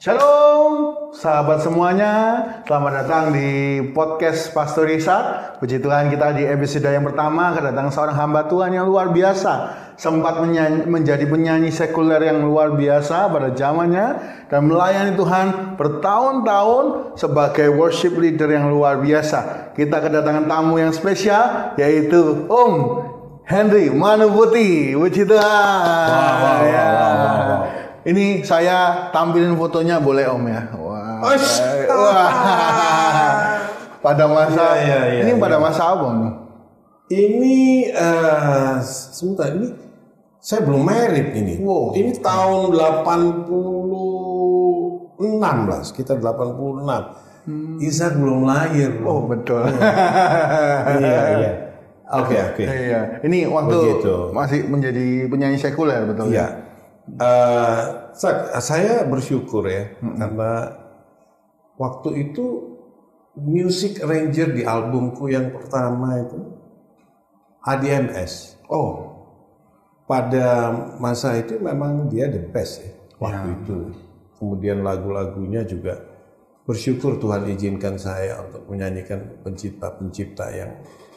Shalom sahabat semuanya, selamat datang di podcast Pastor Ishak. Puji Tuhan, kita di episode yang pertama kedatangan seorang hamba Tuhan yang luar biasa. Sempat menjadi penyanyi sekuler yang luar biasa pada zamannya dan melayani Tuhan bertahun-tahun sebagai worship leader yang luar biasa. Kita kedatangan tamu yang spesial, yaitu Om Henry Manuputi. Puji Tuhan. Wow. Ini saya tampilin fotonya, boleh Om ya? Wah. Pada masa ini pada masa apa Om? Ini sebentar, ini saya belum merit ini. Wow. Ini tahun 86 lah, sekitar 86. Ishak belum lahir. Oh betul. Iya. Oke. Iya. Ini waktu begitu. Masih menjadi penyanyi sekuler, betul? Iya. Saya bersyukur ya, karena waktu itu music arranger di albumku yang pertama itu ADMS. Oh, pada masa itu memang dia the best ya waktu itu. Kemudian lagu-lagunya juga bersyukur Tuhan izinkan saya untuk menyanyikan pencipta-pencipta yang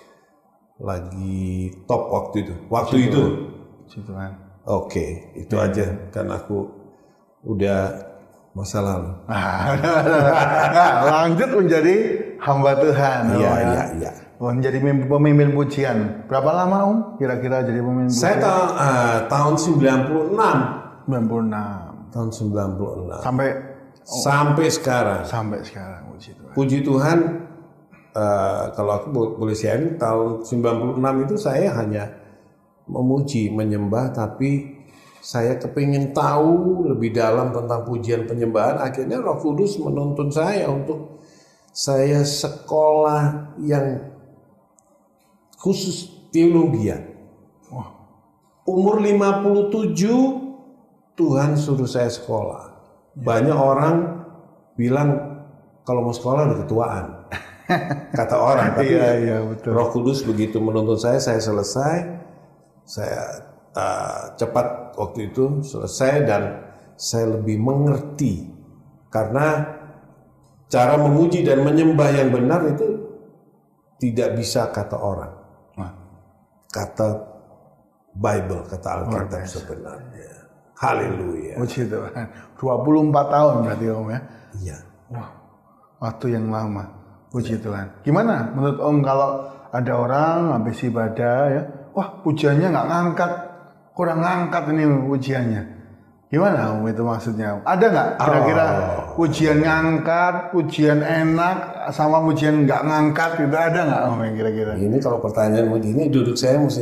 lagi top waktu itu. Puji Tuhan. Oke, itu aja kan aku udah masa lalu. Lanjut menjadi hamba Tuhan. Iya. Menjadi pemimpin pujian. Berapa lama Om kira-kira jadi pemimpin pujian? Saya tahun 96. 96. Tahun 96. Sampai sekarang. Sampai sekarang, puji Tuhan. Puji Tuhan, kalau aku boleh sharing, tahun 96 itu saya hanya memuji, menyembah, tapi saya kepingin tahu lebih dalam tentang pujian penyembahan. Akhirnya Roh Kudus menuntun saya untuk saya sekolah yang khusus teologi. Umur 57 Tuhan suruh saya sekolah. Banyak orang bilang kalau mau sekolah udah ketuaan. Kata orang, tapi iya, betul. Roh Kudus begitu menuntun saya selesai. Saya cepat waktu itu selesai dan saya lebih mengerti, karena cara memuji dan menyembah yang benar itu tidak bisa kata orang, kata Bible, kata Alkitab sebenarnya. Haleluya. Puji Tuhan. 24 tahun berarti Om ya? Iya. Wah, waktu yang lama. Puji Tuhan. Gimana menurut Om kalau ada orang habis ibadah ya, wah pujiannya nggak ngangkat, kurang ngangkat ini pujiannya. Gimana Om itu maksudnya? Ada nggak kira-kira pujian ngangkat, pujian enak, sama pujian nggak ngangkat gitu, ada nggak Om yang kira-kira? Ini kalau pertanyaan begini duduk saya mesti.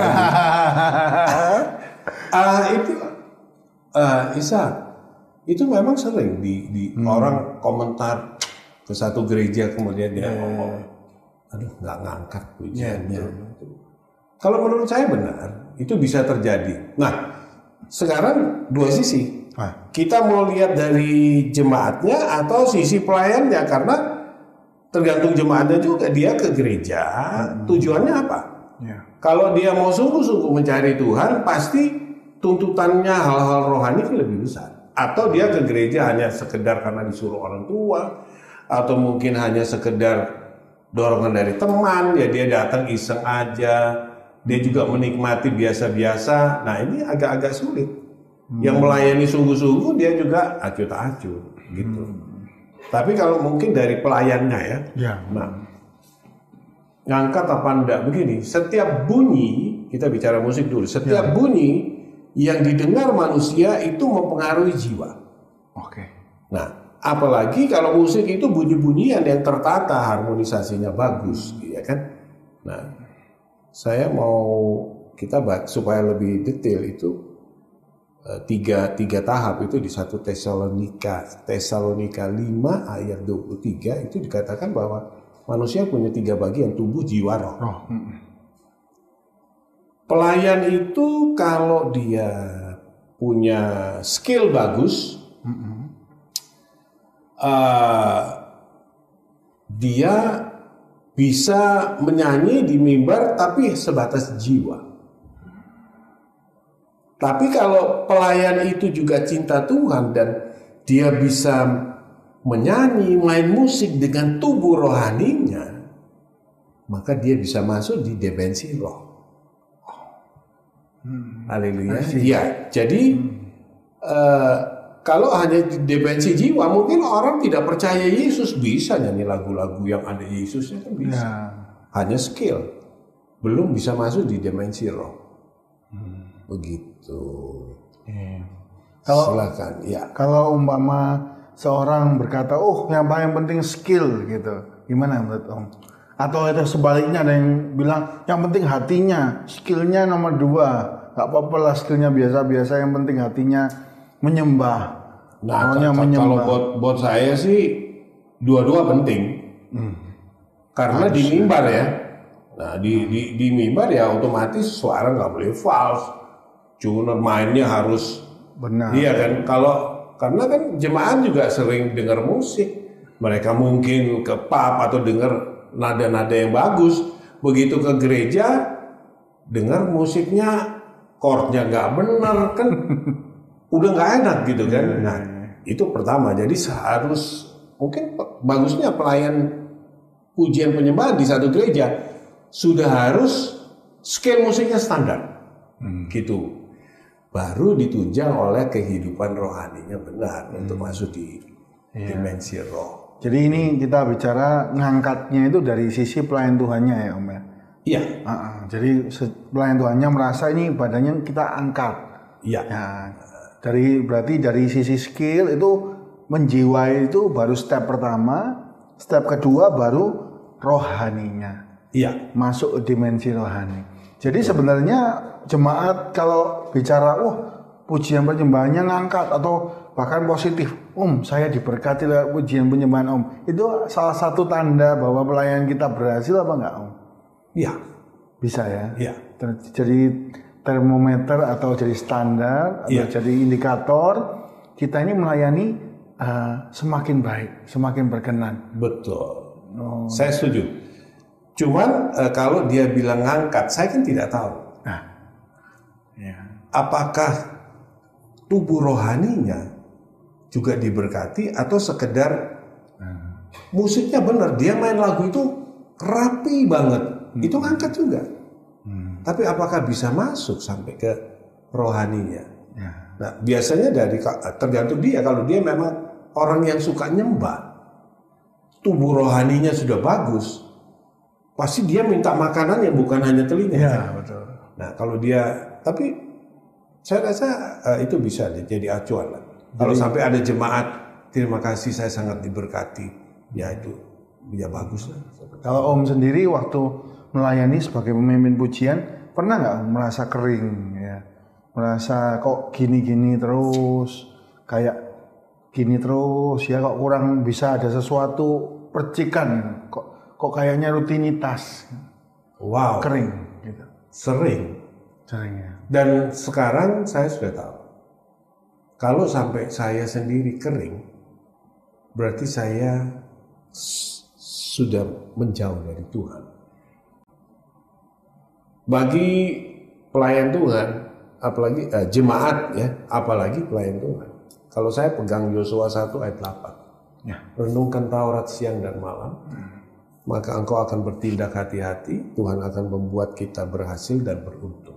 Isa, itu memang sering di orang komentar ke satu gereja kemudian dia ngomong, aduh nggak ngangkat pujiannya. Kalau menurut saya benar, itu bisa terjadi. Nah, sekarang dua sisi. Kita mau lihat dari jemaatnya atau sisi pelayannya, karena tergantung jemaatnya juga, dia ke gereja, tujuannya apa? Kalau dia mau sungguh-sungguh mencari Tuhan, pasti tuntutannya hal-hal rohani lebih besar. Atau dia ke gereja hanya sekedar karena disuruh orang tua, atau mungkin hanya sekedar dorongan dari teman, ya dia datang iseng aja. Dia juga menikmati biasa-biasa. Nah ini agak-agak sulit. Yang melayani sungguh-sungguh dia juga acuh tak acuh gitu. Tapi kalau mungkin dari pelayannya ya. Nah, ngangkat apa enggak begini. Setiap bunyi, kita bicara musik dulu. Setiap bunyi yang didengar manusia itu mempengaruhi jiwa. Oke. Nah, apalagi kalau musik itu bunyi-bunyian yang tertata, harmonisasinya bagus, ya kan? Nah, saya mau kita supaya lebih detail itu tiga tahap itu di 1 Tesalonika 5 ayat 23 itu dikatakan bahwa manusia punya 3 bagian, tubuh, jiwa, roh. Pelayan itu kalau dia punya skill bagus, dia bisa menyanyi di mimbar tapi sebatas jiwa. Tapi kalau pelayan itu juga cinta Tuhan dan dia bisa menyanyi, main musik dengan tubuh rohaninya, maka dia bisa masuk di dimensi roh. Haleluya. Ya, jadi kalau hanya di dimensi jiwa, mungkin orang tidak percaya Yesus bisa nyanyi lagu-lagu yang ada Yesusnya kan bisa. Hanya skill, belum bisa masuk di dimensi roh. Begitu. Silakan. Ya. Kalau umpama seorang berkata, oh yang paling penting skill gitu, gimana menurut Om? Atau itu sebaliknya ada yang bilang yang penting hatinya, skillnya nomor 2, nggak apa-apa lah skillnya biasa-biasa, yang penting hatinya menyembah. Nah, kalau buat saya sih dua-dua penting. Karena di mimbar ya. Nah, di mimbar ya otomatis suara nggak boleh false. Cuma mainnya harus benar. Iya kan? Karena kan jemaat juga sering dengar musik. Mereka mungkin ke pub atau dengar nada-nada yang bagus. Begitu ke gereja dengar musiknya chordnya nggak benar kan. Udah nggak enak gitu kan. Nah, itu pertama. Jadi mungkin bagusnya pelayan pujian penyembahan di satu gereja sudah harus scale musiknya standar. Gitu. Baru ditunjang oleh kehidupan rohaninya benar untuk masuk di dimensi roh. Jadi ini kita bicara ngangkatnya itu dari sisi pelayan Tuhannya ya Om ya? Iya. Jadi pelayan Tuhannya merasa ini badannya kita angkat. Iya. Berarti dari sisi skill itu menjiwai itu baru step pertama, step kedua baru rohaninya. Iya. Masuk ke dimensi rohani. Jadi sebenarnya jemaat kalau bicara, pujian penyembahannya ngangkat atau bahkan positif, saya diberkati lewat pujian penyembahan Om. Itu salah satu tanda bahwa pelayanan kita berhasil apa enggak Om? Iya. Bisa ya? Iya. Jadi termometer atau jadi standar atau jadi indikator kita ini melayani semakin baik, semakin berkenan. Betul. Saya setuju. Cuman kalau dia bilang ngangkat, saya kan tidak tahu. Apakah tubuh rohaninya juga diberkati atau sekedar musiknya benar, dia main lagu itu rapi banget, itu ngangkat juga. Tapi apakah bisa masuk sampai ke rohaninya? Nah, biasanya tergantung dia. Kalau dia memang orang yang suka nyembah, tubuh rohaninya sudah bagus, pasti dia minta makanan yang bukan hanya telinga. Ya, betul. Nah, kalau tapi saya rasa itu bisa jadi acuan lah. Kalau sampai ada jemaat, terima kasih saya sangat diberkati, ya itu ya bagus lah. Kalau Om sendiri waktu melayani sebagai pemimpin pujian, pernah nggak merasa kering ya? Merasa kok gini-gini terus, kayak gini terus ya, kok kurang bisa ada sesuatu percikan, kok kayaknya rutinitas. Wow. Kering gitu. Sering ya. Dan sekarang saya sudah tahu, kalau sampai saya sendiri kering, berarti saya sudah menjauh dari Tuhan. Bagi pelayan Tuhan, apalagi jemaat ya, apalagi pelayan Tuhan. Kalau saya pegang Yosua 1 ayat 8, renungkan Taurat siang dan malam, maka engkau akan bertindak hati-hati, Tuhan akan membuat kita berhasil dan beruntung.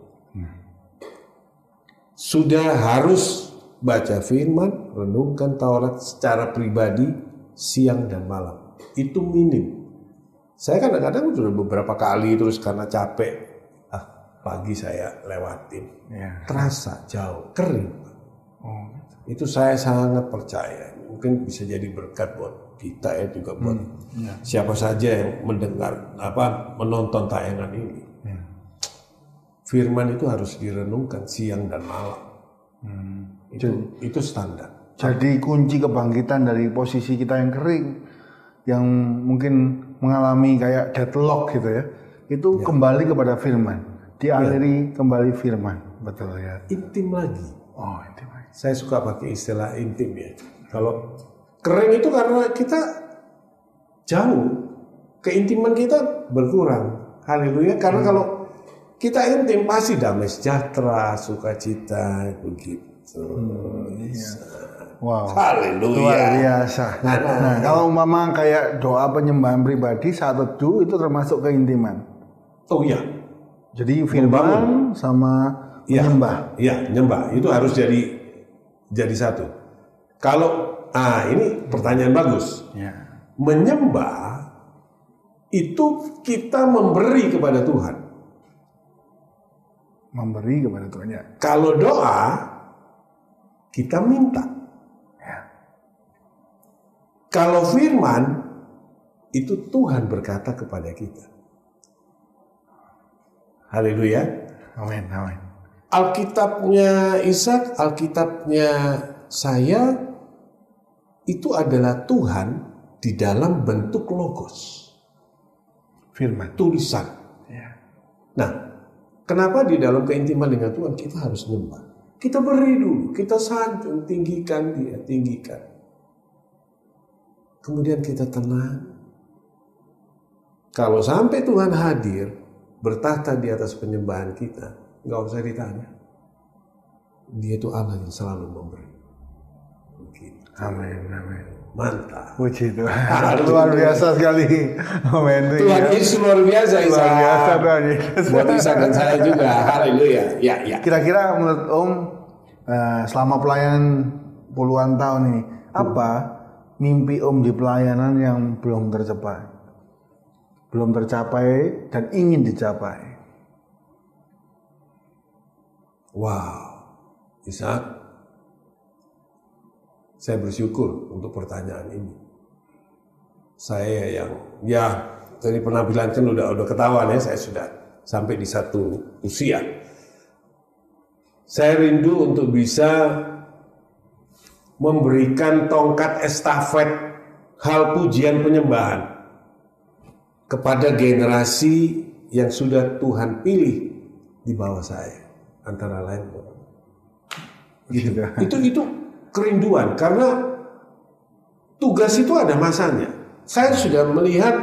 Sudah harus baca firman, renungkan Taurat secara pribadi siang dan malam. Itu minim. Saya kadang-kadang sudah beberapa kali terus karena capek, pagi saya lewatin. Terasa jauh, kering. Itu saya sangat percaya. Mungkin bisa jadi berkat buat kita ya, juga buat siapa saja yang mendengar menonton tayangan ini. Firman itu harus direnungkan siang dan malam. Itu standar. Jadi kunci kebangkitan dari posisi kita yang kering, yang mungkin mengalami kayak deadlock gitu ya, itu kembali kepada firman, dialiri kembali firman, betul ya. Intim lagi. Intim lagi. Saya suka pakai istilah intim ya. Kalau kering itu karena kita jauh, keintiman kita berkurang. Haleluya. Karena kalau kita intim pasti damai sejahtera, sukacita, begitu. Wow. Haleluya. Luar biasa. Nah, kalau umpama kayak doa penyembahan pribadi saat teduh itu termasuk keintiman. Oh iya. Jadi firman sama menyembah. Iya, menyembah. Itu harus jadi satu. Kalau ini pertanyaan bagus. Ya. Menyembah itu kita memberi kepada Tuhan. Memberi kepada Tuhan ya. Kalau doa kita minta. Ya. Kalau firman itu Tuhan berkata kepada kita. Haleluya. Amin, amin. Alkitabnya Ishak, Alkitabnya saya itu adalah Tuhan di dalam bentuk logos. Firman. Tulisan. Ya. Nah, kenapa di dalam keintiman dengan Tuhan kita harus nyembah? Kita beri dulu, kita sanjung, tinggikan dia, tinggikan. Kemudian kita tenang. Kalau sampai Tuhan hadir, bertahta di atas penyembahan kita, nggak usah ditanya. Dia itu Allah yang selalu memberi. Begitu. Amin, amin. Mantap. Puji Tuhan. Luar biasa sekali. Amin. Tuhan Yesus luar biasa. Luar biasa Tuhan Yesus. Buat Ishak dan saya juga. Haleluya. Ya. Kira-kira menurut Om selama pelayanan puluhan tahun ini, apa mimpi Om di pelayanan yang belum tercapai? Belum tercapai dan ingin dicapai? Wow. Ishak, saya bersyukur untuk pertanyaan ini. Saya yang dari penampilan kan udah ketahuan ya, saya sudah sampai di satu usia. Saya rindu untuk bisa memberikan tongkat estafet hal pujian penyembahan kepada generasi yang sudah Tuhan pilih di bawah saya, antara lain gitu. Itu kerinduan, karena tugas itu ada masanya. Saya sudah melihat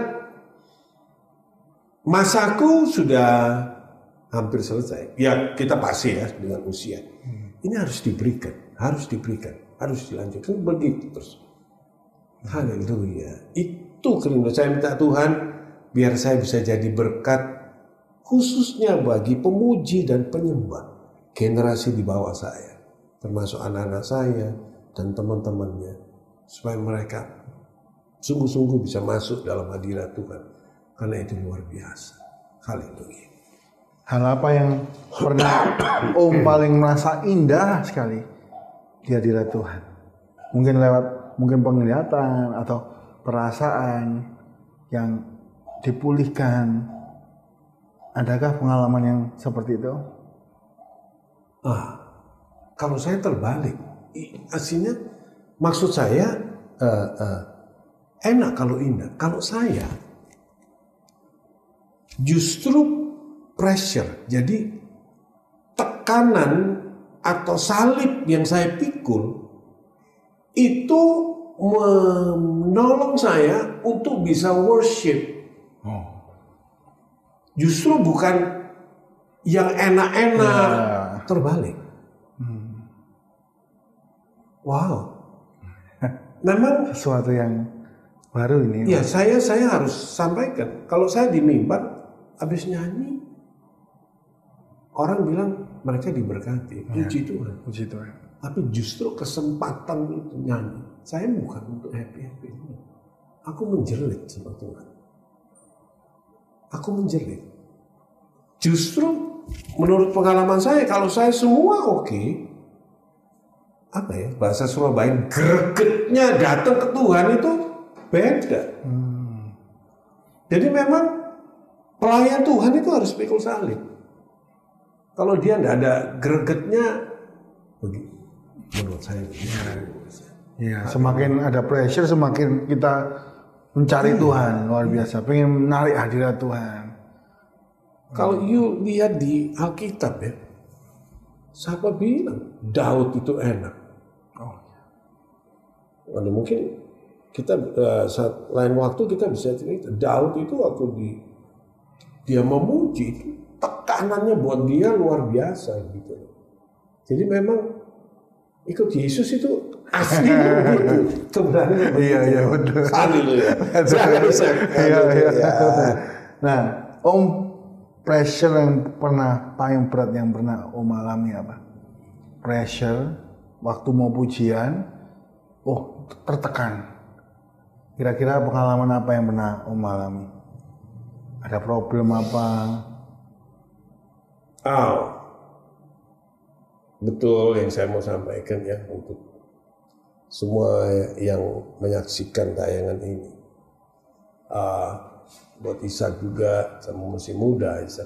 masaku sudah hampir selesai. Ya kita pasti ya dengan usia. Ini harus diberikan, harus dilanjutkan begitu terus. Haleluya. Itu kerinduan saya, minta Tuhan biar saya bisa jadi berkat khususnya bagi pemuji dan penyembah generasi di bawah saya, termasuk anak-anak saya dan teman-temannya, supaya mereka sungguh-sungguh bisa masuk dalam hadirat Tuhan, karena itu luar biasa. Haleluya. Hal apa yang pernah Om paling merasa indah sekali di hadirat Tuhan? Mungkin penglihatan atau perasaan yang dipulihkan. Adakah pengalaman yang seperti itu? Kalau saya terbalik, aslinya maksud saya enak kalau indah. Kalau saya justru pressure, jadi tekanan atau salib yang saya pikul itu menolong saya untuk bisa worship. Justru bukan yang enak-enak, terbalik. Wow, memang Sesuatu yang baru ini. ya saya harus sampaikan. Kalau saya di mimbar habis nyanyi, orang bilang mereka diberkati, puji Tuhan. Puji Tuhan. Tapi justru kesempatan itu nyanyi, saya bukan untuk happy. Aku menjerit sama Tuhan. Aku menjerit. Justru menurut pengalaman saya, kalau saya semua oke, apa ya, bahasa Surabaya, gregetnya datang ke Tuhan itu beda. Jadi memang pelayan Tuhan itu harus pikul salib. Kalau dia tidak ada gregetnya, begitu. Menurut saya. Ya, semakin ada pressure, semakin kita mencari Tuhan, luar biasa. Pengen menarik hadirat Tuhan. Kalau you lihat di Alkitab ya, siapa bilang Daud itu enak? Mungkin kita saat lain waktu kita bisa cerita. Daud itu waktu dia memuji itu tekanannya buat dia luar biasa gitu. Jadi memang ikut Yesus itu Asli begitu. Sebenarnya Iya betul. Sani lu ya. Iya. Nah, Om, pressure yang paling berat yang pernah Om alami apa? Pressure waktu mau pujian, tertekan. Kira-kira pengalaman apa yang pernah Om alami? Ada problem apa? Betul yang saya mau sampaikan ya untuk semua yang menyaksikan tayangan ini. Buat Ishak juga, sama masih muda Ishak.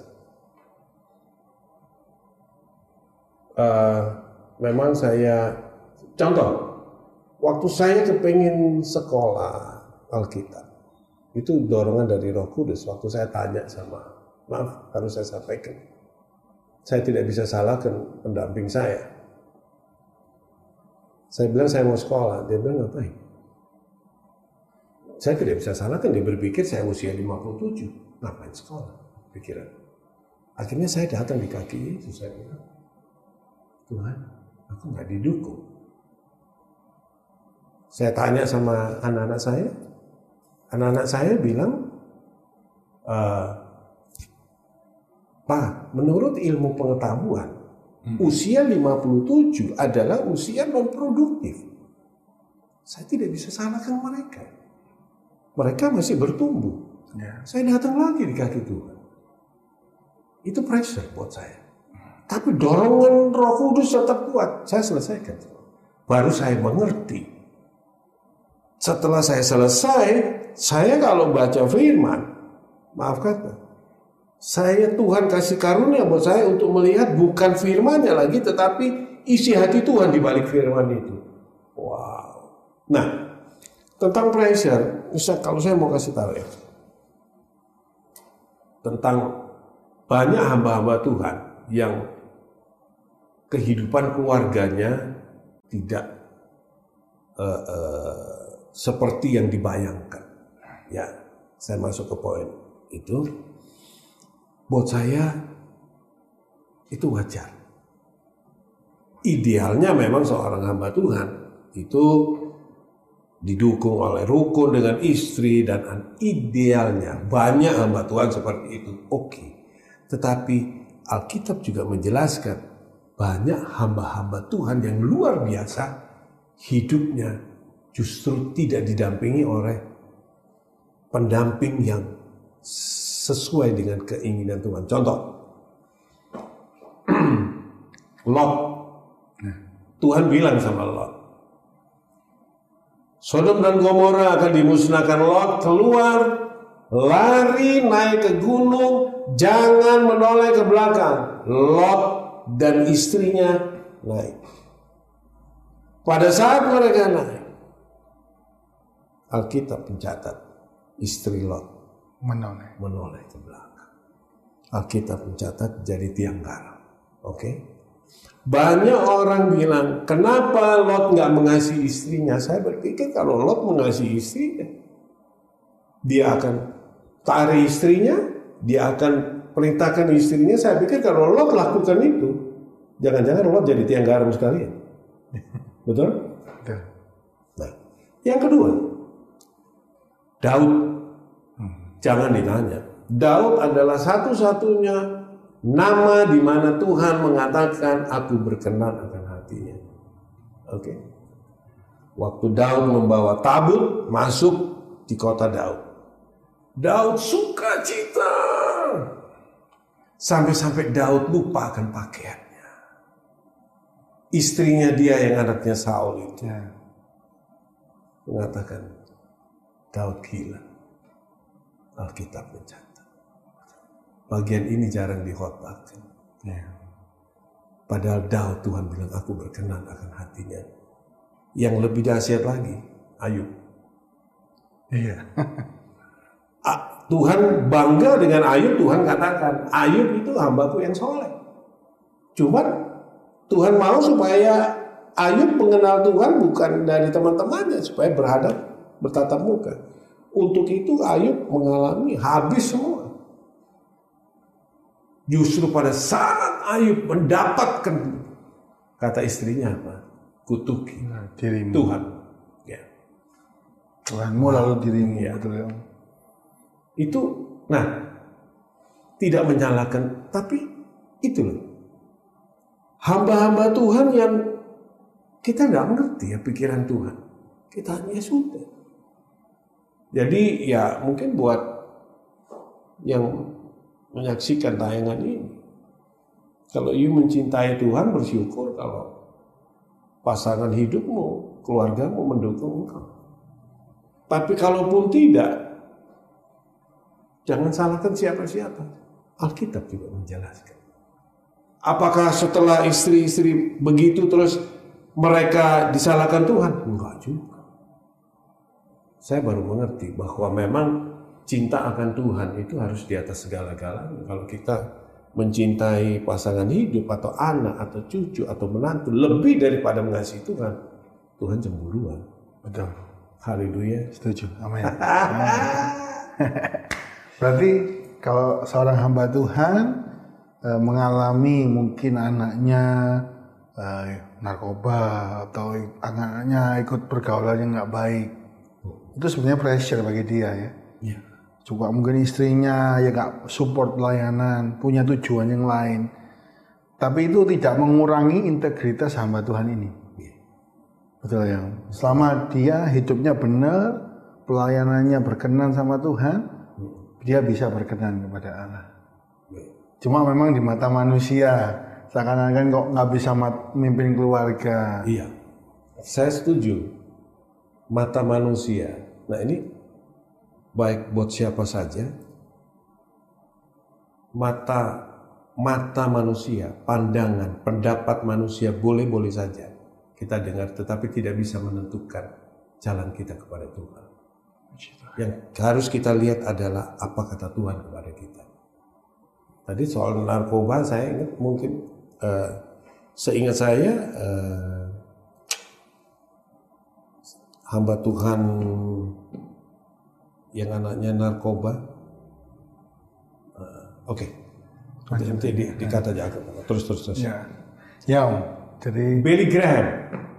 Memang saya, contoh, waktu saya kepengen sekolah Alkitab, itu dorongan dari Roh Kudus. Waktu saya tanya sama, maaf harus saya sampaikan, saya tidak bisa salahkan pendamping saya. Saya bilang saya mau sekolah, dia bilang ngapain? Saya tidak bisa salahkan, dia berpikir saya usia 57, ngapain sekolah? Pikiran. Akhirnya saya datang di kaki Yesus, saya bilang, Tuhan, aku nggak didukung. Saya tanya sama anak-anak saya bilang, Pak, menurut ilmu pengetahuan, usia 57 adalah usia non produktif. Saya tidak bisa salahkan mereka. Mereka masih bertumbuh. Ya. Saya datang lagi di kaki Tuhan. Itu pressure buat saya. Tapi dorongan Roh Kudus tetap kuat. Saya selesaikan. Baru saya mengerti. Setelah saya selesai, saya kalau baca firman, maaf kata, saya Tuhan kasih karunia buat saya untuk melihat bukan firman-Nya lagi, tetapi isi hati Tuhan di balik firman itu. Wow. Nah, tentang pressure, kalau saya mau kasih tahu ya, tentang banyak hamba-hamba Tuhan yang kehidupan keluarganya tidak seperti yang dibayangkan. Ya, saya masuk ke poin itu. Buat saya itu wajar. Idealnya memang seorang hamba Tuhan itu didukung oleh rukun dengan istri dan idealnya banyak hamba Tuhan seperti itu. Oke. Tetapi Alkitab juga menjelaskan banyak hamba-hamba Tuhan yang luar biasa hidupnya justru tidak didampingi oleh pendamping yang sesuai dengan keinginan Tuhan. Contoh, Lot. Tuhan bilang sama Lot, Sodom dan Gomora akan dimusnahkan. Lot keluar, lari naik ke gunung, jangan menoleh ke belakang. Lot dan istrinya naik. Pada saat mereka naik, Alkitab mencatat istri Lot menoleh ke belakang. Alkitab mencatat jadi tiang garam. Oke? Banyak orang bilang, kenapa Lot nggak mengasihi istrinya? Saya berpikir kalau Lot mengasihi istrinya, dia akan tarik istrinya, dia akan perintahkan istrinya. Saya pikir kalau Lot lakukan itu, jangan-jangan Lot jadi tiang garam sekalian. Betul? Nah, yang kedua, Daud. Jangan ditanya. Daud adalah satu-satunya nama di mana Tuhan mengatakan aku berkenan akan hatinya. Oke. Waktu Daud membawa tabut masuk di kota Daud. Daud sukacita. Sampai-sampai Daud lupa akan pakaiannya. Istrinya dia yang anaknya Saul itu mengatakan Daud gila. Alkitab mencatat. Bagian ini jarang dikhotbahkan. Padahal Daud, Tuhan bilang aku berkenan akan hatinya. Yang lebih dahsyat lagi, Ayub. Tuhan bangga dengan Ayub. Tuhan katakan Ayub itu hambaku yang soleh. Cuman Tuhan mau supaya Ayub mengenal Tuhan bukan dari teman-temannya, supaya bertatap muka. Untuk itu Ayub mengalami habis semua. Justru pada saat Ayub mendapatkan, kata istrinya apa? kutuki dirimu. Tuhan. Ya. Tuhanmu lalu dirimu, Ya. betul ya. Itu, nah, tidak menyalahkan, tapi itu loh. Hamba-hamba Tuhan yang kita nggak mengerti ya pikiran Tuhan. Kita hanya sudah. Jadi ya mungkin buat yang menyaksikan tayangan ini, kalau you mencintai Tuhan, bersyukur kalau pasangan hidupmu, keluargamu mendukung engkau. Tapi kalaupun tidak, jangan salahkan siapa-siapa. Alkitab juga menjelaskan. Apakah setelah istri-istri begitu terus mereka disalahkan Tuhan? Enggak juga. Saya baru mengerti bahwa memang cinta akan Tuhan itu harus di atas segala-galanya. Kalau kita mencintai pasangan hidup atau anak atau cucu atau menantu lebih daripada mengasihi Tuhan, Tuhan cemburuan. Betul. Haleluya. Setuju. Amin. Berarti kalau seorang hamba Tuhan mengalami mungkin anaknya narkoba atau anaknya ikut pergaulan yang nggak baik, itu sebenarnya pressure bagi dia ya. Ya. Juga mungkin istrinya ya nggak support pelayanan, punya tujuan yang lain. Tapi itu tidak mengurangi integritas hamba Tuhan ini. Betul ya. Selama dia hidupnya benar, pelayanannya berkenan sama Tuhan, dia bisa berkenan kepada Allah. Cuma memang di mata manusia, seakan-akan kok nggak bisa memimpin keluarga. Iya, saya setuju. Mata manusia. Nah ini baik buat siapa saja. Mata manusia, pandangan, pendapat manusia boleh-boleh saja kita dengar, tetapi tidak bisa menentukan jalan kita kepada Tuhan. Yang harus kita lihat adalah apa kata Tuhan kepada kita. Tadi soal narkoba saya ingat, mungkin seingat saya hamba Tuhan yang anaknya narkoba, nanti dikata aja terus. Ya, ya. Jadi Billy Graham.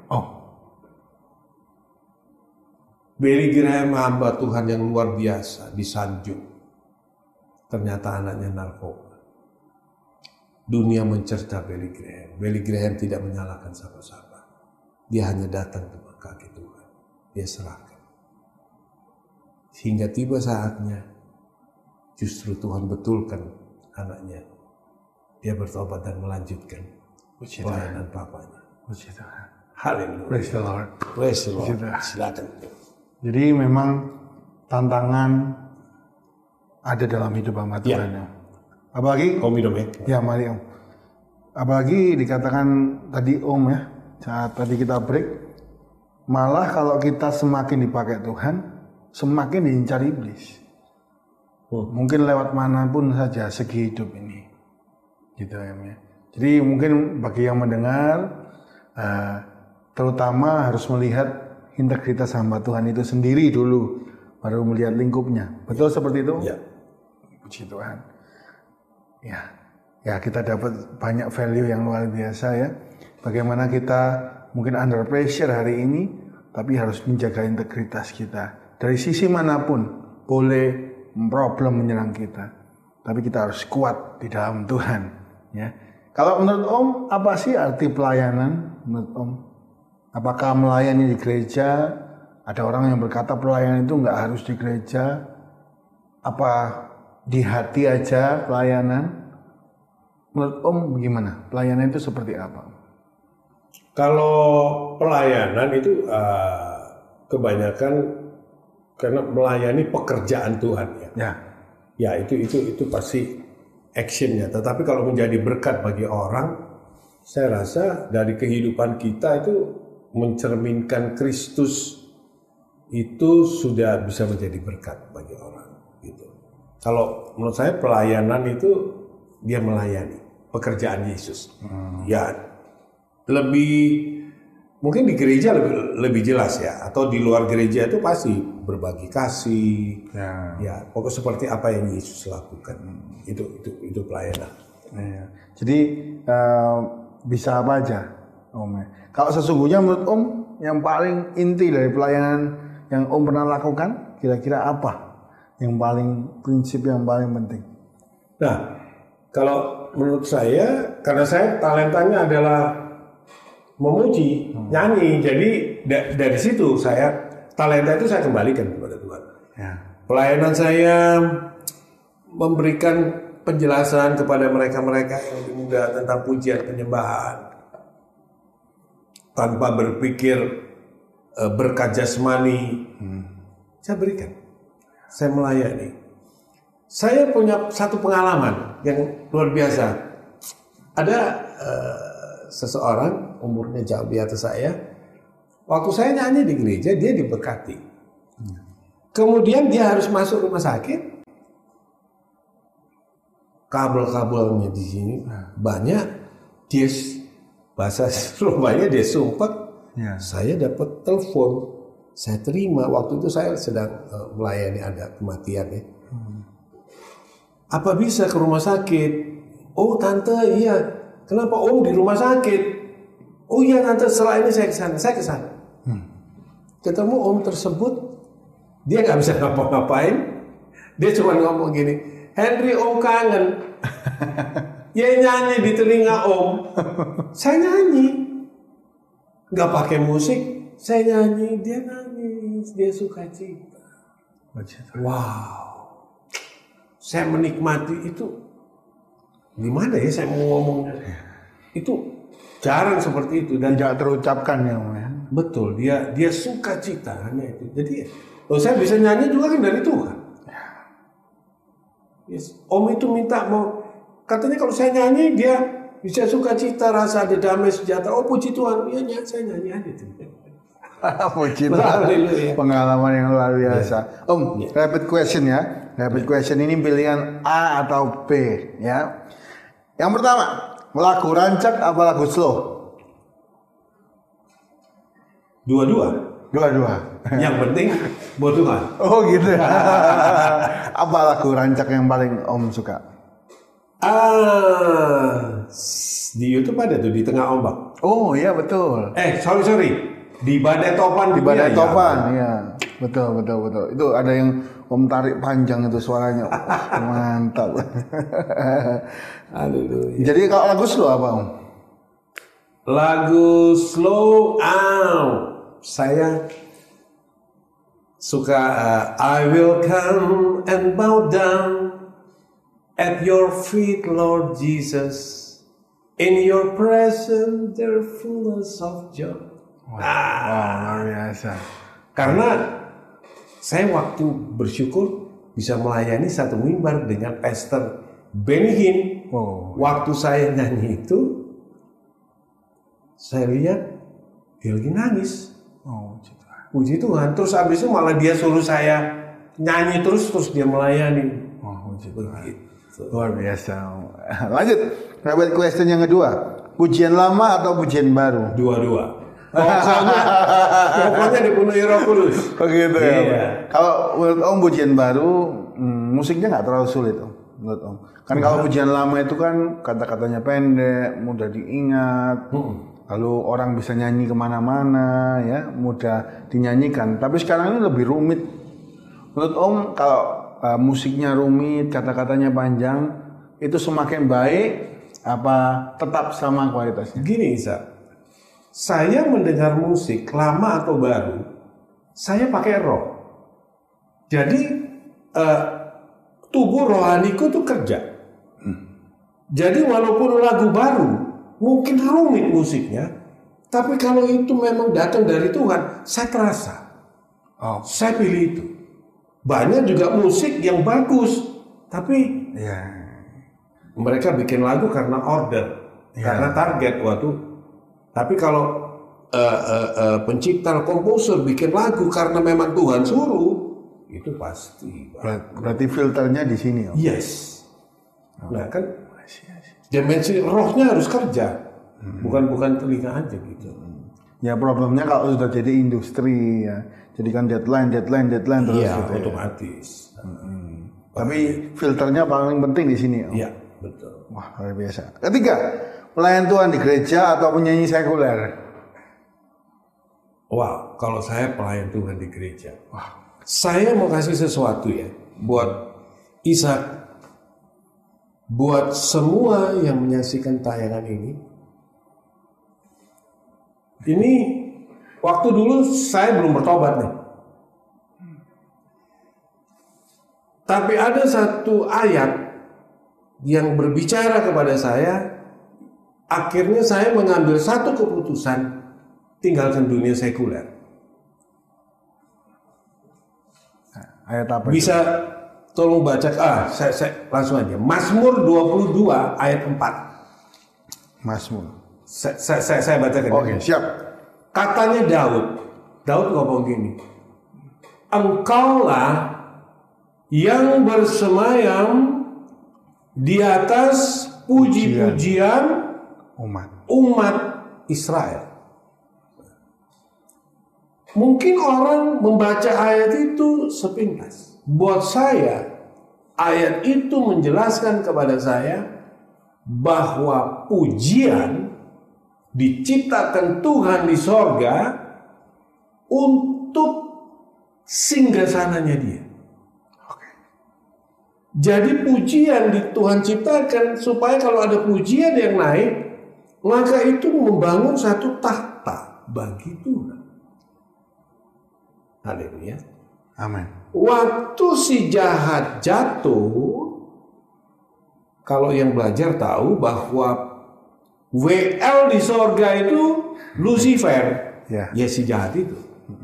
Billy Graham hamba Tuhan yang luar biasa disanjung. Ternyata anaknya narkoba. Dunia mencerca Billy Graham. Billy Graham tidak menyalahkan siapa-siapa. Dia hanya datang ke kaki Tuhan. Dia serahkan. Hingga tiba saatnya justru Tuhan betulkan anaknya. Dia bertobat dan melanjutkan pelayanan papanya. Puji Tuhan. Haleluya. Praise the Lord. Praise the Lord. Puji Tuhan. Silakan. Jadi memang tantangan ada dalam hidup hamba Tuhan. Ya. Apalagi Om minum ya. Ya, mari Om. Apalagi dikatakan tadi Om ya, saat tadi kita break, malah kalau kita semakin dipakai Tuhan, semakin diincar iblis. Mungkin lewat manapun saja segi hidup ini. Gitu ya. Jadi mungkin bagi yang mendengar, terutama harus melihat integritas hamba Tuhan itu sendiri dulu, baru melihat lingkupnya. Betul seperti itu? Ya. Puji Tuhan. Ya kita dapat banyak value yang luar biasa ya. Bagaimana kita mungkin under pressure hari ini, tapi harus menjaga integritas kita. Dari sisi manapun, boleh problem menyerang kita, tapi kita harus kuat di dalam Tuhan. Ya. Kalau menurut Om, apa sih arti pelayanan? Menurut Om, apakah melayani di gereja? Ada orang yang berkata pelayanan itu nggak harus di gereja. Apa di hati aja pelayanan? Menurut Om gimana? Pelayanan itu seperti apa? Kalau pelayanan itu kebanyakan karena melayani pekerjaan Tuhan ya. Ya itu pasti actionnya. Tetapi kalau menjadi berkat bagi orang, saya rasa dari kehidupan kita itu mencerminkan Kristus itu sudah bisa menjadi berkat bagi orang. Gitu. Kalau menurut saya pelayanan itu dia melayani pekerjaan Yesus. Ya lebih mungkin di gereja lebih jelas ya, atau di luar gereja itu pasti berbagi kasih. Ya pokok seperti apa yang Yesus lakukan. Itu pelayanan. Jadi bisa apa aja? Om ya. Kalau sesungguhnya menurut Om yang paling inti dari pelayanan yang Om pernah lakukan, kira-kira apa? Yang paling prinsip yang paling penting. Nah, kalau menurut saya, karena saya talentanya adalah memuji, nyanyi, jadi dari situ talenta itu saya kembalikan kepada Tuhan. Ya. Pelayanan saya memberikan penjelasan kepada mereka-mereka yang lebih muda tentang pujian penyembahan tanpa berpikir berkat jasmani. Saya berikan. Saya melayani. Saya punya satu pengalaman yang luar biasa. Ada seseorang umurnya jauh di atas saya. Waktu saya nyanyi di gereja, dia diberkati. Kemudian dia harus masuk rumah sakit. Kabel-kabelnya di sini banyak. Dia bahasa Surabaya dia sumpah. Ya. Saya dapat telepon. Saya terima, waktu itu saya sedang melayani ada kematian ya. Apa bisa ke rumah sakit? Oh tante, iya. Kenapa Om di rumah sakit? Oh iya tante, setelah ini saya ke sana. Ketemu Om tersebut, dia nggak bisa ngapa-ngapain. Dia cuma ngomong gini, Henry Om kangen. Ya nyanyi di telinga Om. Saya nyanyi, nggak pakai musik. Saya nyanyi, dia nangis, dia suka cita. Wow, saya menikmati itu. Gimana ya saya mau ngomongnya? Itu jarang seperti itu dan tidak terucapkan ya Om ya. Betul, dia suka cita hanya itu. Jadi, saya bisa nyanyi juga kan dari Tuhan. Yes. Om itu minta mau, katanya kalau saya nyanyi dia bisa suka cita, rasa ada damai sejahtera. Oh puji Tuhan, iya saya nyanyi aja tuh. Puji Tuhan. Pengalaman yang luar biasa. Om, rapid question ya. Rapid question ini pilihan A atau B ya. Yang pertama, lagu rancak apa lagu slow? Dua-dua. Yang penting buat Tuhan. Oh gitu ya. Apa lagu rancak yang paling Om suka? Di YouTube ada tuh di tengah ombak. Oh iya betul. Sorry. Di Badai Topan. Di Badai Topan, ya. Betul. Itu ada yang Om tarik panjang itu suaranya. Mantap. Haleluya. Jadi kalau lagu slow apa Om? Lagu slow saya suka I will come and bow down at your feet, Lord Jesus. In your presence there fullness of joy. Wow, luar biasa. Karena saya waktu bersyukur bisa melayani satu mimbar dengan Pastor Benny Hinn. Waktu saya nyanyi itu, saya lihat dia lagi nangis. Puji Tuhan. Terus abis itu malah dia suruh saya nyanyi terus dia melayani. Puji Tuhan. Luar biasa. Lanjut, rapid question yang kedua. Pujian lama atau pujian baru? Dua-dua. Pokoknya dipenuhi Roh Kudus. Begitu ya. Iya. Kalau menurut Om pujian baru, musiknya nggak terlalu sulit Om. Menurut Om. Kan kalau pujian lama itu kan kata-katanya pendek, mudah diingat. Lalu orang bisa nyanyi kemana-mana, ya, mudah dinyanyikan. Tapi sekarang ini lebih rumit. Menurut Om, kalau musiknya rumit, kata-katanya panjang, itu semakin baik apa tetap sama kualitasnya? Gini Isa, saya mendengar musik lama atau baru, saya pakai roh. Jadi tubuh rohaniku tuh kerja. Jadi walaupun lagu baru, mungkin rumit musiknya, tapi kalau itu memang datang dari Tuhan, saya terasa. Saya pilih itu. Banyak juga musik yang bagus, tapi mereka bikin lagu karena order, karena target waktu. Tapi kalau pencipta, komposer bikin lagu karena memang Tuhan suruh, itu pasti. Berarti filternya di sini. Yes. Nah kan dimensi rohnya harus kerja, bukan telinga aja gitu. Ya problemnya kalau sudah jadi industri ya, jadi kan deadline terus gitu. Otomatis. Tapi filternya paling penting di sini. Iya, betul. Wah, luar biasa. Ketiga, pelayan Tuhan di gereja atau penyanyi sekuler? Wow, kalau saya pelayan Tuhan di gereja. Saya mau kasih sesuatu ya buat Ishak, buat semua yang menyaksikan tayangan ini. Ini waktu dulu saya belum bertobat nih. Tapi ada satu ayat yang berbicara kepada saya, akhirnya saya mengambil satu keputusan, tinggalkan dunia sekuler. Ayat apa? Bisa tolong baca, saya langsung aja. Mazmur 22 ayat 4. Mazmur. Saya bacakan. Oke, siap. Katanya Daud ngomong gini, engkaulah yang bersemayam di atas puji-pujian umat Israel. Mungkin orang membaca ayat itu sepintas. Buat saya, ayat itu menjelaskan kepada saya bahwa pujian diciptakan Tuhan di sorga untuk singgasananya Dia. Jadi pujian di Tuhan ciptakan supaya kalau ada pujian yang naik, maka itu membangun satu tahta bagi Tuhan. Haleluya. Amin. Waktu si jahat jatuh, kalau yang belajar tahu bahwa WL di sorga itu Lucifer, ya si jahat itu.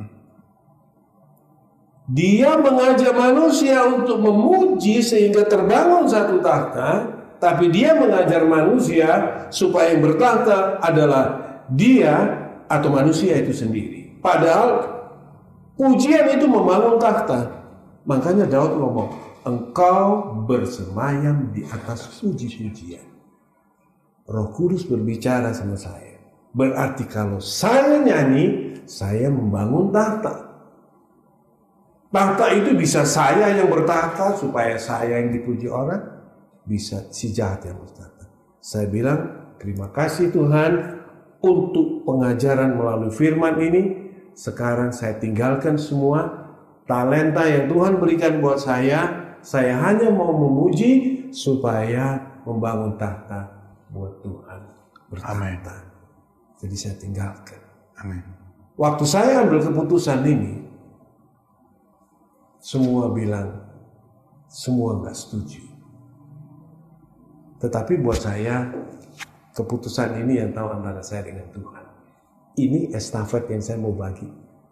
Dia mengajak manusia untuk memuji sehingga terbangun satu tahta, tapi dia mengajar manusia supaya yang bertahta adalah dia atau manusia itu sendiri. Padahal pujian itu membangun tahta. Makanya Daud ngomong, engkau bersemayam di atas puji-pujian. Roh Kudus berbicara sama saya. Berarti kalau saya nyanyi, saya membangun tahta. Tahta itu bisa saya yang bertahta supaya saya yang dipuji orang, bisa si jahat yang bertahta. Saya bilang, terima kasih Tuhan untuk pengajaran melalui firman ini. Sekarang saya tinggalkan semua talenta yang Tuhan berikan buat saya hanya mau memuji supaya membangun tahta buat Tuhan bertahta. Jadi saya tinggalkan. Amin. Waktu saya ambil keputusan ini, semua bilang, semua nggak setuju. Tetapi buat saya, keputusan ini yang tahu antara saya dengan Tuhan. Ini estafet yang saya mau bagi.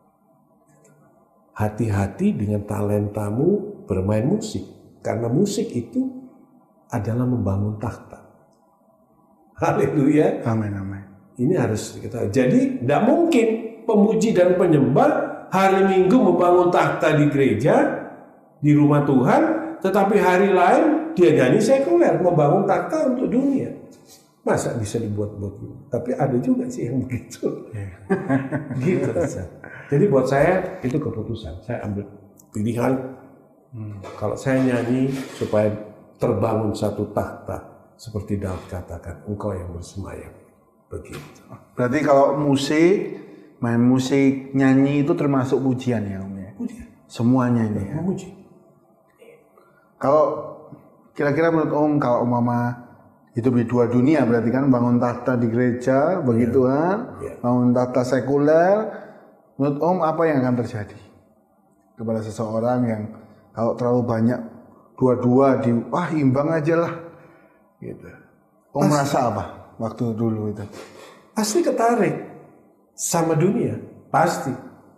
Hati-hati dengan talentamu bermain musik. Karena musik itu adalah membangun tahta. Haleluya. Amin, amin. Ini harus kita. Jadi tidak mungkin pemuji dan penyembah hari Minggu membangun tahta di gereja, di rumah Tuhan, tetapi hari lain dia nyanyi sekuler, membangun tahta untuk dunia. Masa bisa dibuat-buat gitu? Tapi ada juga sih yang begitu. Gitu. Jadi buat saya itu keputusan. Saya ambil pilihan. Kalau saya nyanyi supaya terbangun satu tahta, seperti Daud katakan, engkau yang bersemayam. Begitu. Berarti kalau musik, main musik, nyanyi itu termasuk pujian ya Om ya? Pujian. Semuanya ini ya? Memuji. Kalau kira-kira menurut Om, kalau Mama hidup di dua dunia, berarti kan bangun tahta di gereja, bagi Tuhan, bangun tahta sekuler, menurut Om apa yang akan terjadi kepada seseorang yang kalau terlalu banyak dua-dua imbang aja lah gitu. Om merasa apa waktu dulu itu? Pasti ketarik sama dunia, pasti.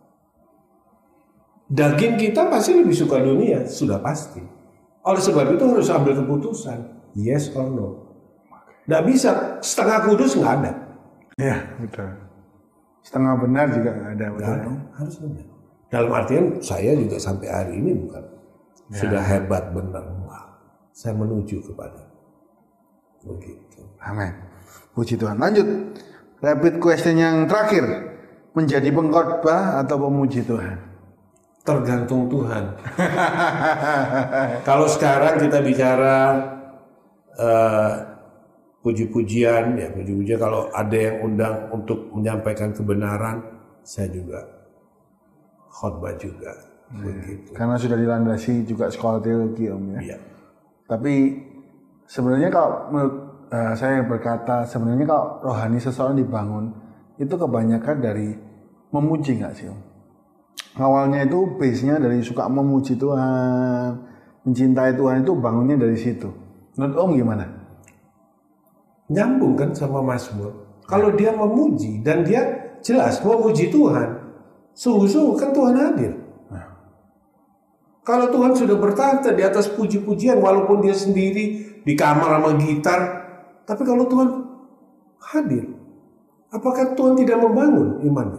Daging kita pasti lebih suka dunia, sudah pasti. Oleh sebab itu harus ambil keputusan, yes or no. Nggak bisa setengah kudus, nggak ada. Iya betul. Setengah benar juga nggak ada. Betul. Harus benar. Dalam artian saya juga sampai hari ini bukan sudah hebat benar. Wah, saya menuju kepada begitu. Amin. Puji Tuhan. Lanjut. Rapid question yang terakhir. Menjadi pengkhotbah atau pemuji Tuhan? Tergantung Tuhan. Kalau sekarang kita bicara puji-pujian kalau ada yang undang untuk menyampaikan kebenaran, saya juga khotbah juga. Begitu. Karena sudah dilandasi juga sekolah teologi Om ya. Iya. Tapi sebenarnya kalau menurut saya berkata, sebenarnya kalau rohani seseorang dibangun itu kebanyakan dari memuji nggak sih Om? Awalnya itu base-nya dari suka memuji Tuhan, mencintai Tuhan, itu bangunnya dari situ. Menurut Om gimana? Nyambung kan sama Mazmur. Kalau dia memuji dan dia jelas memuji Tuhan, sungguh-sungguh kan Tuhan hadir. Kalau Tuhan sudah bertahta di atas puji-pujian, walaupun dia sendiri di kamar sama gitar, tapi kalau Tuhan hadir, apakah Tuhan tidak membangun imannya?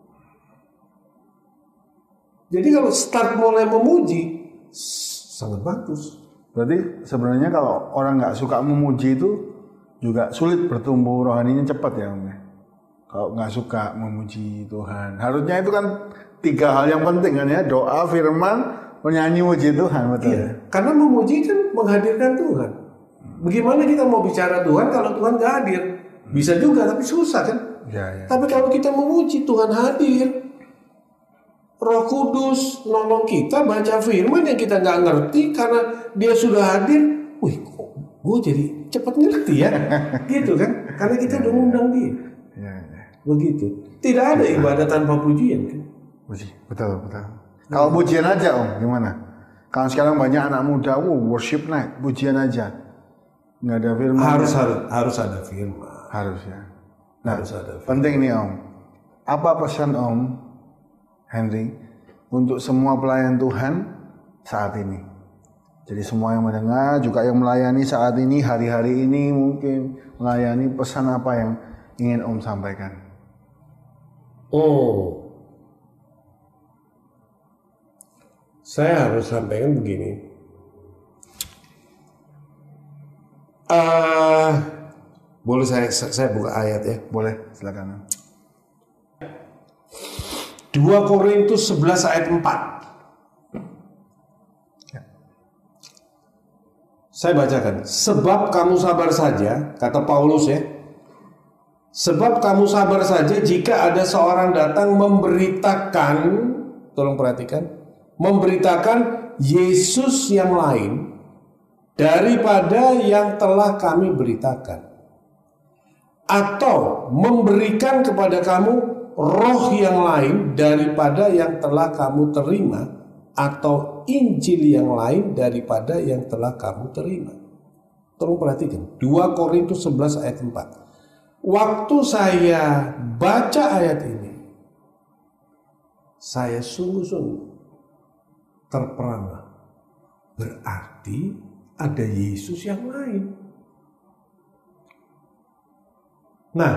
Jadi kalau start mulai memuji, sangat bagus. Berarti sebenarnya kalau orang nggak suka memuji itu juga sulit bertumbuh rohaninya cepat ya Om ya? Kalau nggak suka memuji Tuhan, harusnya itu kan 3 hal yang penting kan ya, doa, firman, menyanyi muji Tuhan, betul. Iya, karena memuji kan menghadirkan Tuhan. Bagaimana kita mau bicara Tuhan kalau Tuhan nggak hadir? Bisa juga, tapi susah kan? Ya. Tapi kalau kita memuji Tuhan hadir, Roh Kudus nolong kita baca firman yang kita nggak ngerti karena dia sudah hadir. Wih, kok gue jadi cepat ngerti ya? Gitu kan? Karena kita udah ngundang dia. Ya. Begitu. Tidak ada ibadah tanpa pujian kan? Betul. Kalau pujian aja Om, gimana? Kalau sekarang banyak anak muda, worship night, pujian aja, nggak ada firman. Harus ada firman. Harus ya. Nah, harus ada firman. Penting nih Om. Apa pesan Om Henry untuk semua pelayan Tuhan saat ini? Jadi semua yang mendengar, juga yang melayani saat ini, hari-hari ini mungkin melayani, pesan apa yang ingin Om sampaikan? Saya harus sampaikan begini. Boleh saya buka ayat ya? Boleh, silakan. 2 Korintus 11 ayat 4. Ya. Saya bacakan. Sebab kamu sabar saja, kata Paulus ya. Sebab kamu sabar saja jika ada seorang datang memberitakan, tolong perhatikan, memberitakan Yesus yang lain daripada yang telah kami beritakan, atau memberikan kepada kamu roh yang lain daripada yang telah kamu terima, atau Injil yang lain daripada yang telah kamu terima. Tolong perhatikan 2 Korintus 11 ayat 4. Waktu saya baca ayat ini, saya sungguh-sungguh terperangah. Berarti ada Yesus yang lain. Nah,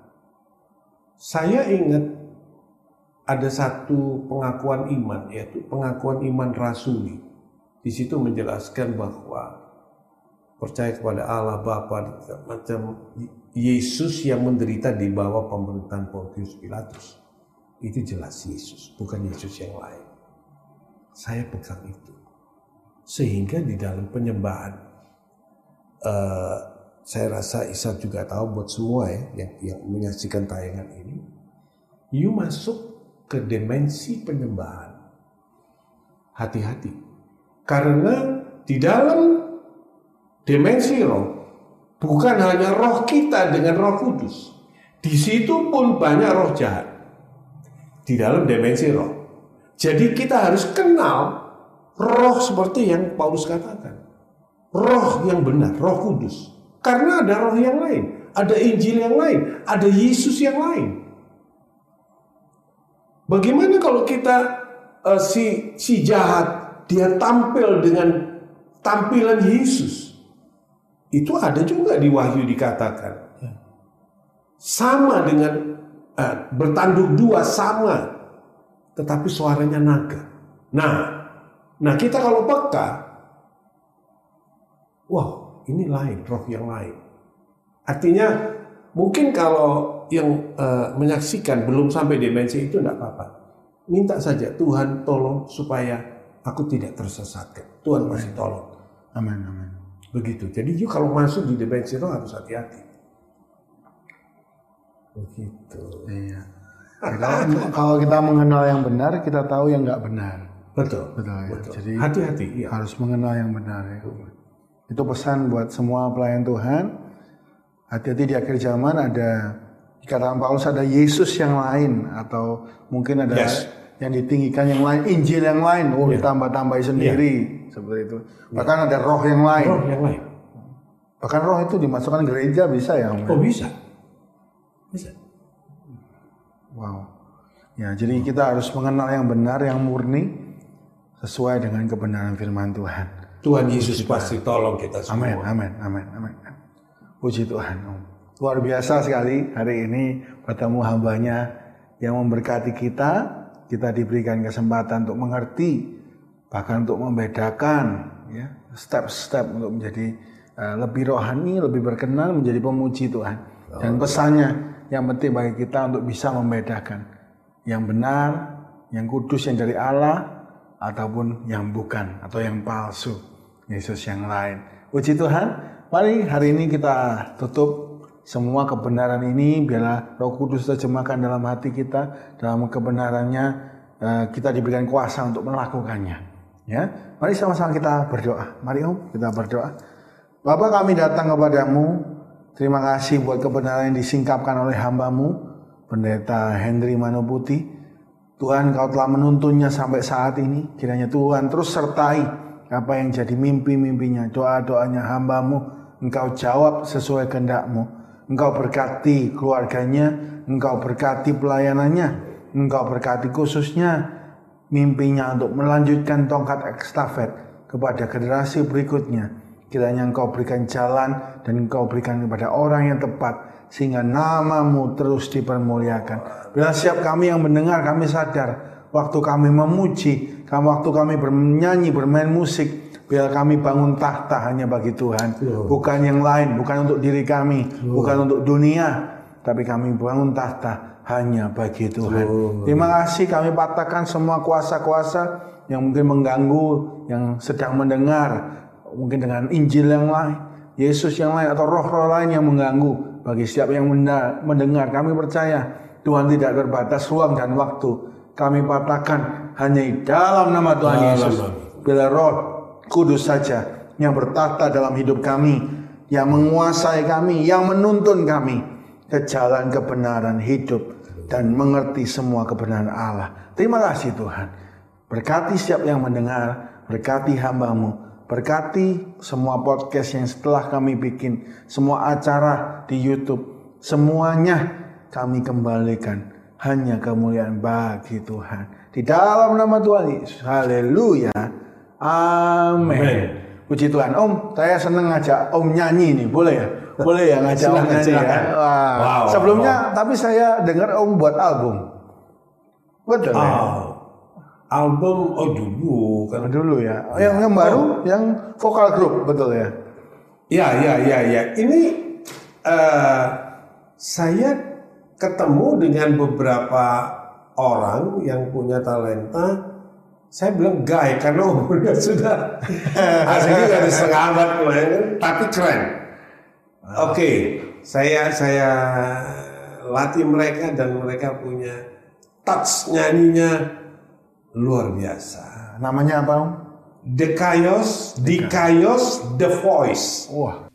saya ingat ada satu pengakuan iman, yaitu pengakuan iman rasuli. Di situ menjelaskan bahwa percaya kepada Allah Bapa, macam Yesus yang menderita di bawah pemerintahan Pontius Pilatus. Itu jelas Yesus, bukan Yesus yang lain. Saya pegang itu. Sehingga di dalam penyembahan, saya rasa Isa juga tahu buat semua ya yang menyaksikan tayangan ini, you masuk ke dimensi penyembahan. Hati-hati, karena di dalam dimensi roh bukan hanya roh kita dengan Roh Kudus, di situ pun banyak roh jahat di dalam dimensi roh. Jadi kita harus kenal roh seperti yang Paulus katakan, roh yang benar, Roh Kudus. Karena ada roh yang lain, ada Injil yang lain, ada Yesus yang lain. Bagaimana kalau kita si jahat dia tampil dengan tampilan Yesus? Itu ada juga di Wahyu dikatakan. Sama dengan bertanduk dua sama, tetapi suaranya naga. Nah kita kalau peka, wah ini lain, roh yang lain. Artinya mungkin kalau yang menyaksikan belum sampai dimensi itu tidak apa-apa. Minta saja Tuhan tolong supaya aku tidak tersesatkan. Tuhan masih tolong. Amin. Begitu. Jadi you kalau masuk di dimensi roh harus hati-hati. Begitu. Iya. Kalau kita mengenal yang benar, kita tahu yang nggak benar. Betul. Ya. Betul. Jadi hati-hati. Iya. harus mengenal yang benar. Ya. Itu pesan buat semua pelayan Tuhan. Hati-hati di akhir zaman ada, dikatakan Paulus ada Yesus yang lain atau mungkin ada yang ditinggikan yang lain, Injil yang lain, ditambah-tambahin sendiri seperti itu. Bahkan ada roh yang lain. Roh yang lain. Bahkan roh itu dimasukkan gereja bisa ya? Oh bisa. Bisa. Wow. Ya, jadi kita harus mengenal yang benar, yang murni sesuai dengan kebenaran firman Tuhan. Tuhan Yesus pasti tolong kita semua. Amin. Puji Tuhan. Luar biasa sekali hari ini bertemu hambanya yang memberkati kita. Kita diberikan kesempatan untuk mengerti, bahkan untuk membedakan ya, step-step untuk menjadi lebih rohani, lebih berkenan, menjadi pemuji Tuhan. Dan pesannya yang penting bagi kita untuk bisa membedakan yang benar, yang kudus, yang dari Allah, ataupun yang bukan atau yang palsu, Yesus yang lain. Puji Tuhan. Mari hari ini kita tutup semua kebenaran ini, biarlah Roh Kudus terjemahkan dalam hati kita, dalam kebenarannya kita diberikan kuasa untuk melakukannya. Ya, mari sama-sama kita berdoa. Mari kita berdoa. Bapa, kami datang kepadamu. Terima kasih buat kebenaran yang disingkapkan oleh hamba-Mu, Pendeta Henry Manoputi. Tuhan, Kau telah menuntunnya sampai saat ini. Kiranya Tuhan terus sertai apa yang jadi mimpi-mimpinya, doa-doanya hamba-Mu. Engkau jawab sesuai kehendak-Mu. Engkau berkati keluarganya, Engkau berkati pelayanannya, Engkau berkati khususnya mimpinya untuk melanjutkan tongkat estafet kepada generasi berikutnya. Kiranya Engkau berikan jalan dan Engkau berikan kepada orang yang tepat sehingga nama-Mu terus dipermuliakan. Bila siap kami yang mendengar, kami sadar waktu kami memuji, waktu kami bernyanyi, bermain musik, biar kami bangun tahta hanya bagi Tuhan, bukan yang lain, bukan untuk diri kami, bukan untuk dunia, tapi kami bangun tahta hanya bagi Tuhan. Terima kasih, kami patahkan semua kuasa-kuasa yang mungkin mengganggu, yang sedang mendengar, mungkin dengan Injil yang lain, Yesus yang lain, atau roh-roh lain yang mengganggu. Bagi setiap yang mendengar, kami percaya Tuhan tidak terbatas ruang dan waktu. Kami patahkan hanya di dalam nama Tuhan Yesus. Bila Roh Kudus saja yang bertahta dalam hidup kami, yang menguasai kami, yang menuntun kami ke jalan kebenaran hidup dan mengerti semua kebenaran Allah. Terima kasih Tuhan. Berkati setiap yang mendengar, berkati hamba-Mu, berkati semua podcast yang setelah kami bikin, semua acara di YouTube, semuanya kami kembalikan hanya kemuliaan bagi Tuhan. Di dalam nama Tuhan Yesus. Haleluya. Amin. Puji Tuhan. Om, saya seneng ngajak Om nyanyi nih, boleh ya? Boleh ya ngajak Om nyanyi ya? Wow. Sebelumnya, tapi saya dengar Om buat album. Betul ya? Album, dulu kan. Dulu ya. Yang baru, yang vokal grup, betul ya? Ya. Ini saya ketemu dengan beberapa orang yang punya talenta. Saya bilang gay karena umurnya sudah aslinya dari setengah abad kemarin, tapi keren. Oke, saya latih mereka dan mereka punya touch nyanyinya luar biasa. Namanya apa Om? Dikaios, The Voice. Wah.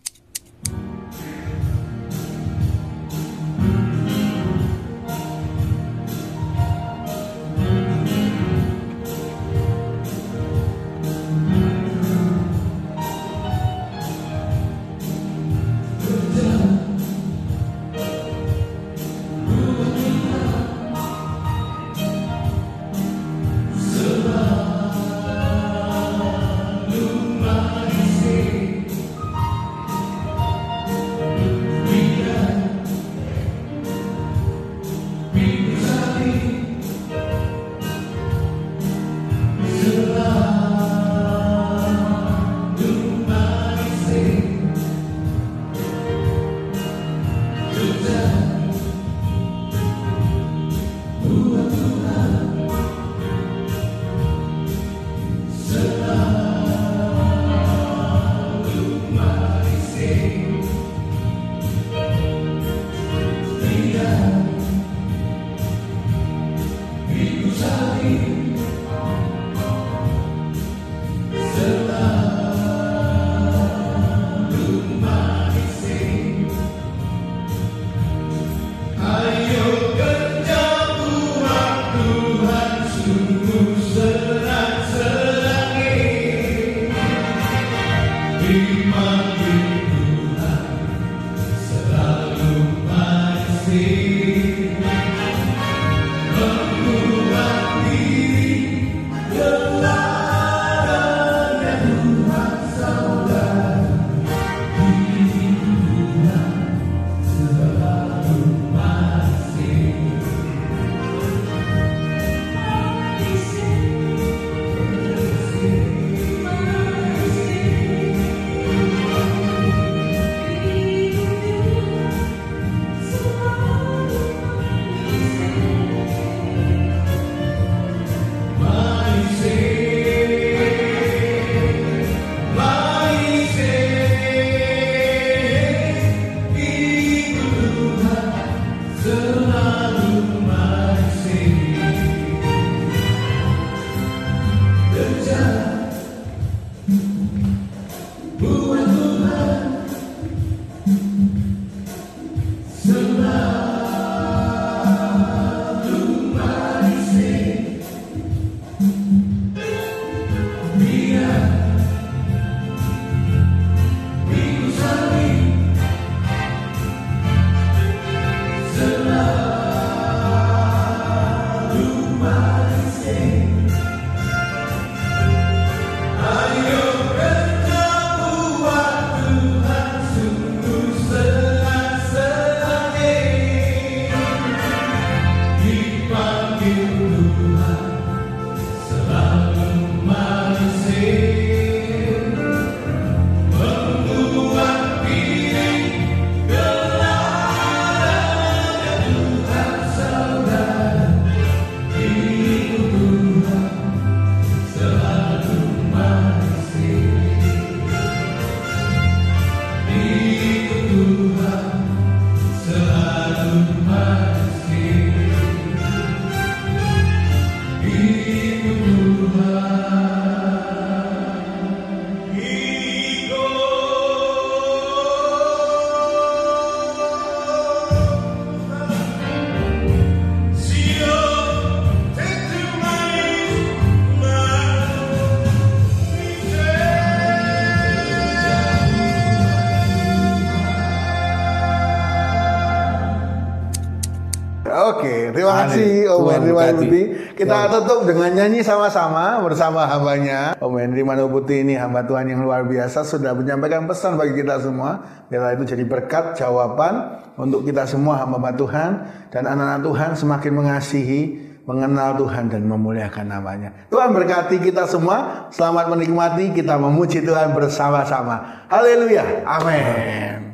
kasih Om Tuhan Henry berkati. Manuputi. Kita tutup dengan nyanyi sama-sama bersama hambanya. Om Henry Manuputi ini hamba Tuhan yang luar biasa, sudah menyampaikan pesan bagi kita semua. Biarlah itu jadi berkat, jawaban untuk kita semua hamba Tuhan dan anak-anak Tuhan semakin mengasihi, mengenal Tuhan dan memuliakan namanya. Tuhan berkati kita semua. Selamat menikmati, kita memuji Tuhan bersama-sama. Haleluya. Amin.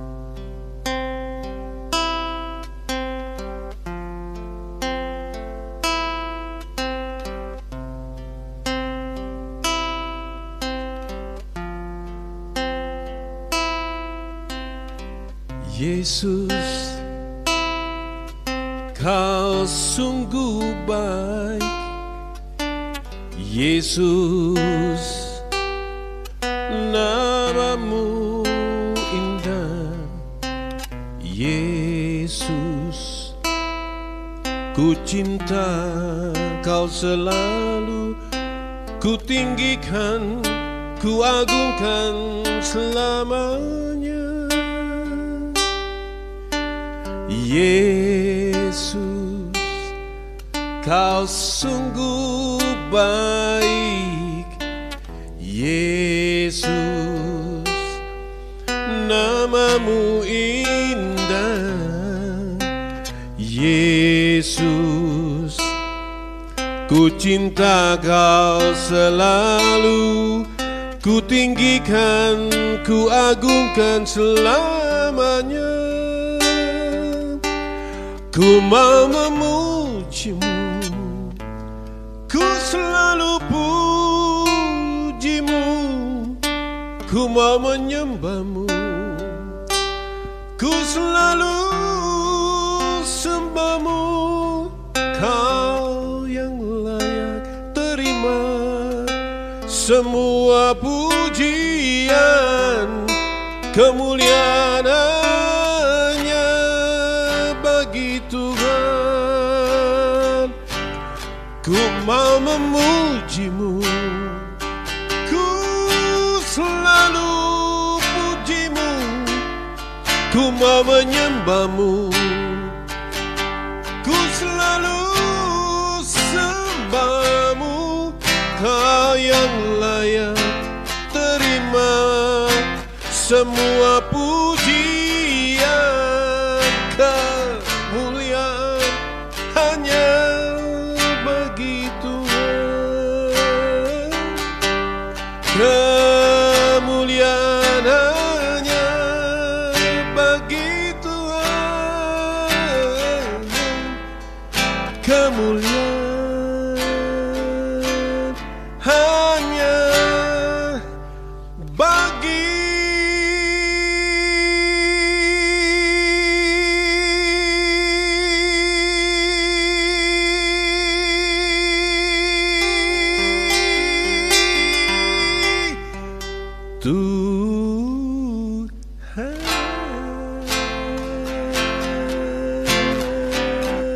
Yesus, Kau sungguh baik. Yesus, nama-Mu indah. Yesus, ku cinta Kau selalu, ku tinggikan, ku agungkan selamanya. Yesus, Kau sungguh baik. Yesus, nama-Mu indah. Yesus, ku cinta Kau selalu, ku tinggikan, ku agungkan selamanya. Ku mau memuji-Mu, ku selalu puji-Mu. Ku mau menyembah-Mu, ku selalu sembah-Mu. Kau yang layak terima semua pujian, kemuliaan hanya bagi Tuhan. Ku mau memuji-Mu, ku selalu puji-Mu. Ku mau menyembah-Mu, ku selalu sembah-Mu. Kau yang layak terima semua pujian, kemuliaan hanya bagi Tuhan. Kemuliaan hanya bagi Tuhan. Kemuliaan hanya bagi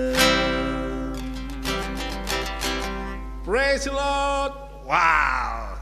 Tuhan. Praise the Lord. Wow.